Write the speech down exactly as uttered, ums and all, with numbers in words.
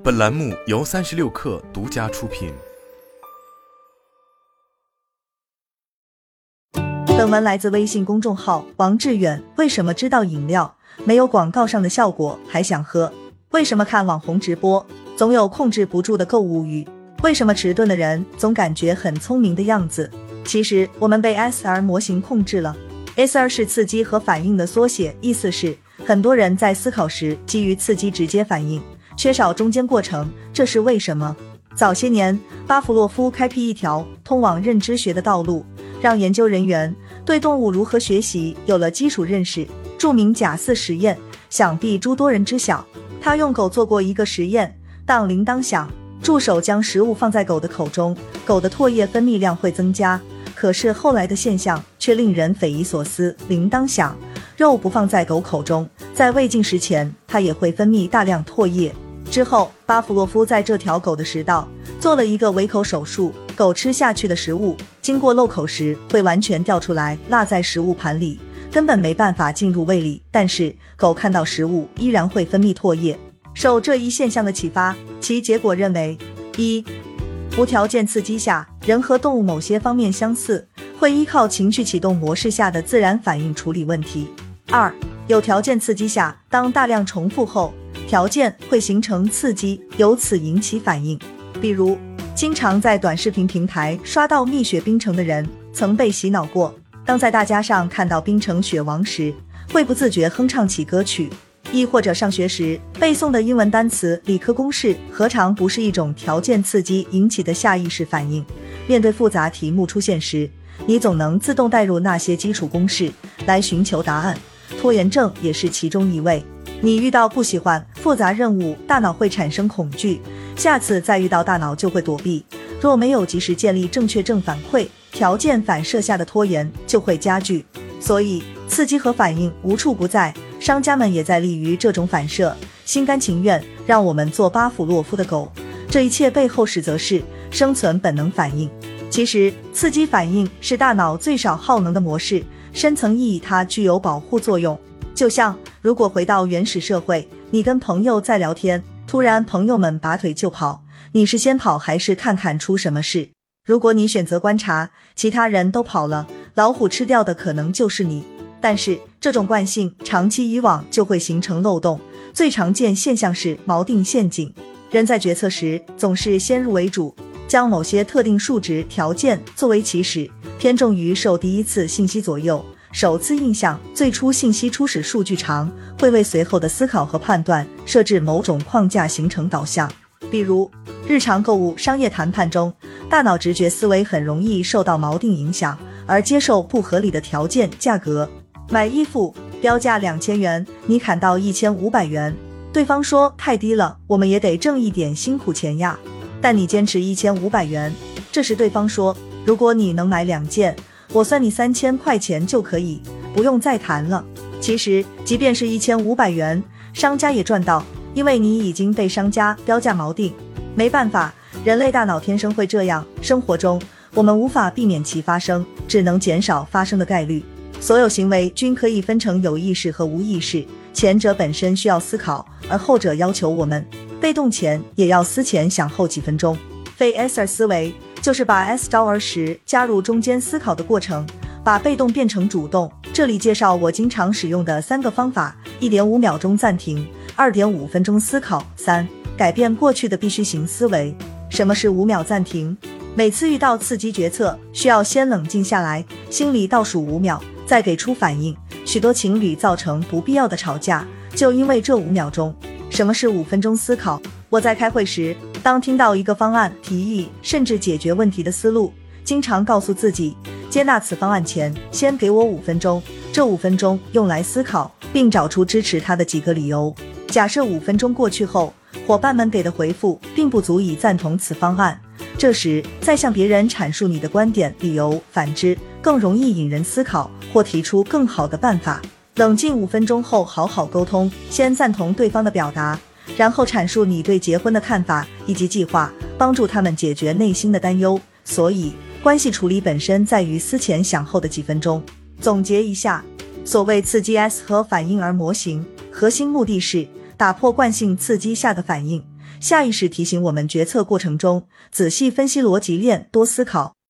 本栏目由三十六氪独家出品。 本文来自微信公众号王志远。为什么知道饮料没有广告上的效果还想喝？为什么看网红直播总有控制不住的购物欲？为什么迟钝的人总感觉很聪明的样子？其实我们被 S R 模型控制了。 S R 是刺激和反应的缩写，意思是很多人在思考时基于刺激直接反应，缺少中间过程，这是为什么？早些年巴甫洛夫开辟一条通往认知学的道路，让研究人员对动物如何学习有了基础认识。著名贾斯实验想必诸多人知晓，他用狗做过一个实验，当铃铛响，助手将食物放在狗的口中，狗的唾液分泌量会增加。可是后来的现象却令人匪夷所思，铃铛响，肉不放在狗口中，在未进食前它也会分泌大量唾液。之后巴甫洛夫在这条狗的食道做了一个围口手术，狗吃下去的食物经过漏口时会完全掉出来，落在食物盘里，根本没办法进入胃里，但是狗看到食物依然会分泌唾液。受这一现象的启发，其结果认为：一、无条件刺激下，人和动物某些方面相似，会依靠情绪启动模式下的自然反应处理问题。二、有条件刺激下，当大量重复后，条件会形成刺激，由此引起反应。比如经常在短视频平台刷到蜜雪冰城的人曾被洗脑过，当在大街上看到冰城雪王时，会不自觉哼唱起歌曲。亦或者上学时背诵的英文单词、理科公式，何尝不是一种条件刺激引起的下意识反应？面对复杂题目出现时，你总能自动带入那些基础公式来寻求答案，拖延症也是其中一位。你遇到不喜欢复杂任务，大脑会产生恐惧，下次再遇到大脑就会躲避。若没有及时建立正确正反馈，条件反射下的拖延就会加剧。所以刺激和反应无处不在，商家们也在利于这种反射，心甘情愿让我们做巴甫洛夫的狗。这一切背后实则是生存本能反应。其实刺激反应是大脑最少耗能的模式，深层意义它具有保护作用。就像如果回到原始社会，你跟朋友在聊天，突然朋友们拔腿就跑，你是先跑还是看看出什么事？如果你选择观察，其他人都跑了，老虎吃掉的可能就是你。但是这种惯性长期以往就会形成漏洞，最常见现象是锚定陷阱。人在决策时总是先入为主，将某些特定数值条件作为起始，偏重于受第一次信息左右。首次印象最初信息初始数据长，会为随后的思考和判断设置某种框架，形成导向。比如日常购物、商业谈判中，大脑直觉思维很容易受到锚定影响，而接受不合理的条件价格。买衣服标价两千元，你砍到一千五百元，对方说太低了，我们也得挣一点辛苦钱呀，但你坚持一千五百元。这时对方说，如果你能买两件，我算你三千块钱就可以，不用再谈了。其实即便是一千五百元，商家也赚到，因为你已经被商家标价锚定。没办法，人类大脑天生会这样，生活中我们无法避免其发生，只能减少发生的概率。所有行为均可以分成有意识和无意识，前者本身需要思考，而后者要求我们被动前也要思前想后几分钟。非 S R 思维就是把 S 招而时加入中间思考的过程，把被动变成主动。这里介绍我经常使用的三个方法： 一点五 秒钟暂停， 二点五 分钟思考，三改变过去的必须型思维。什么是五秒暂停？每次遇到刺激决策，需要先冷静下来，心里倒数五秒，再给出反应。许多情侣造成不必要的吵架，就因为这五秒钟。什么是五分钟思考？我在开会时，当听到一个方案、提议甚至解决问题的思路，经常告诉自己，接纳此方案前，先给我五分钟，这五分钟用来思考，并找出支持他的几个理由。假设五分钟过去后，伙伴们给的回复并不足以赞同此方案，这时再向别人阐述你的观点、理由，反之更容易引人思考或提出更好的办法。冷静五分钟后好好沟通，先赞同对方的表达，然后阐述你对结婚的看法以及计划，帮助他们解决内心的担忧。所以关系处理本身在于思前想后的几分钟。总结一下，所谓刺激 S 和反应而模型，核心目的是打破惯性刺激下的反应， 下意识提醒我们决策过程中仔细分析逻辑链，多思考。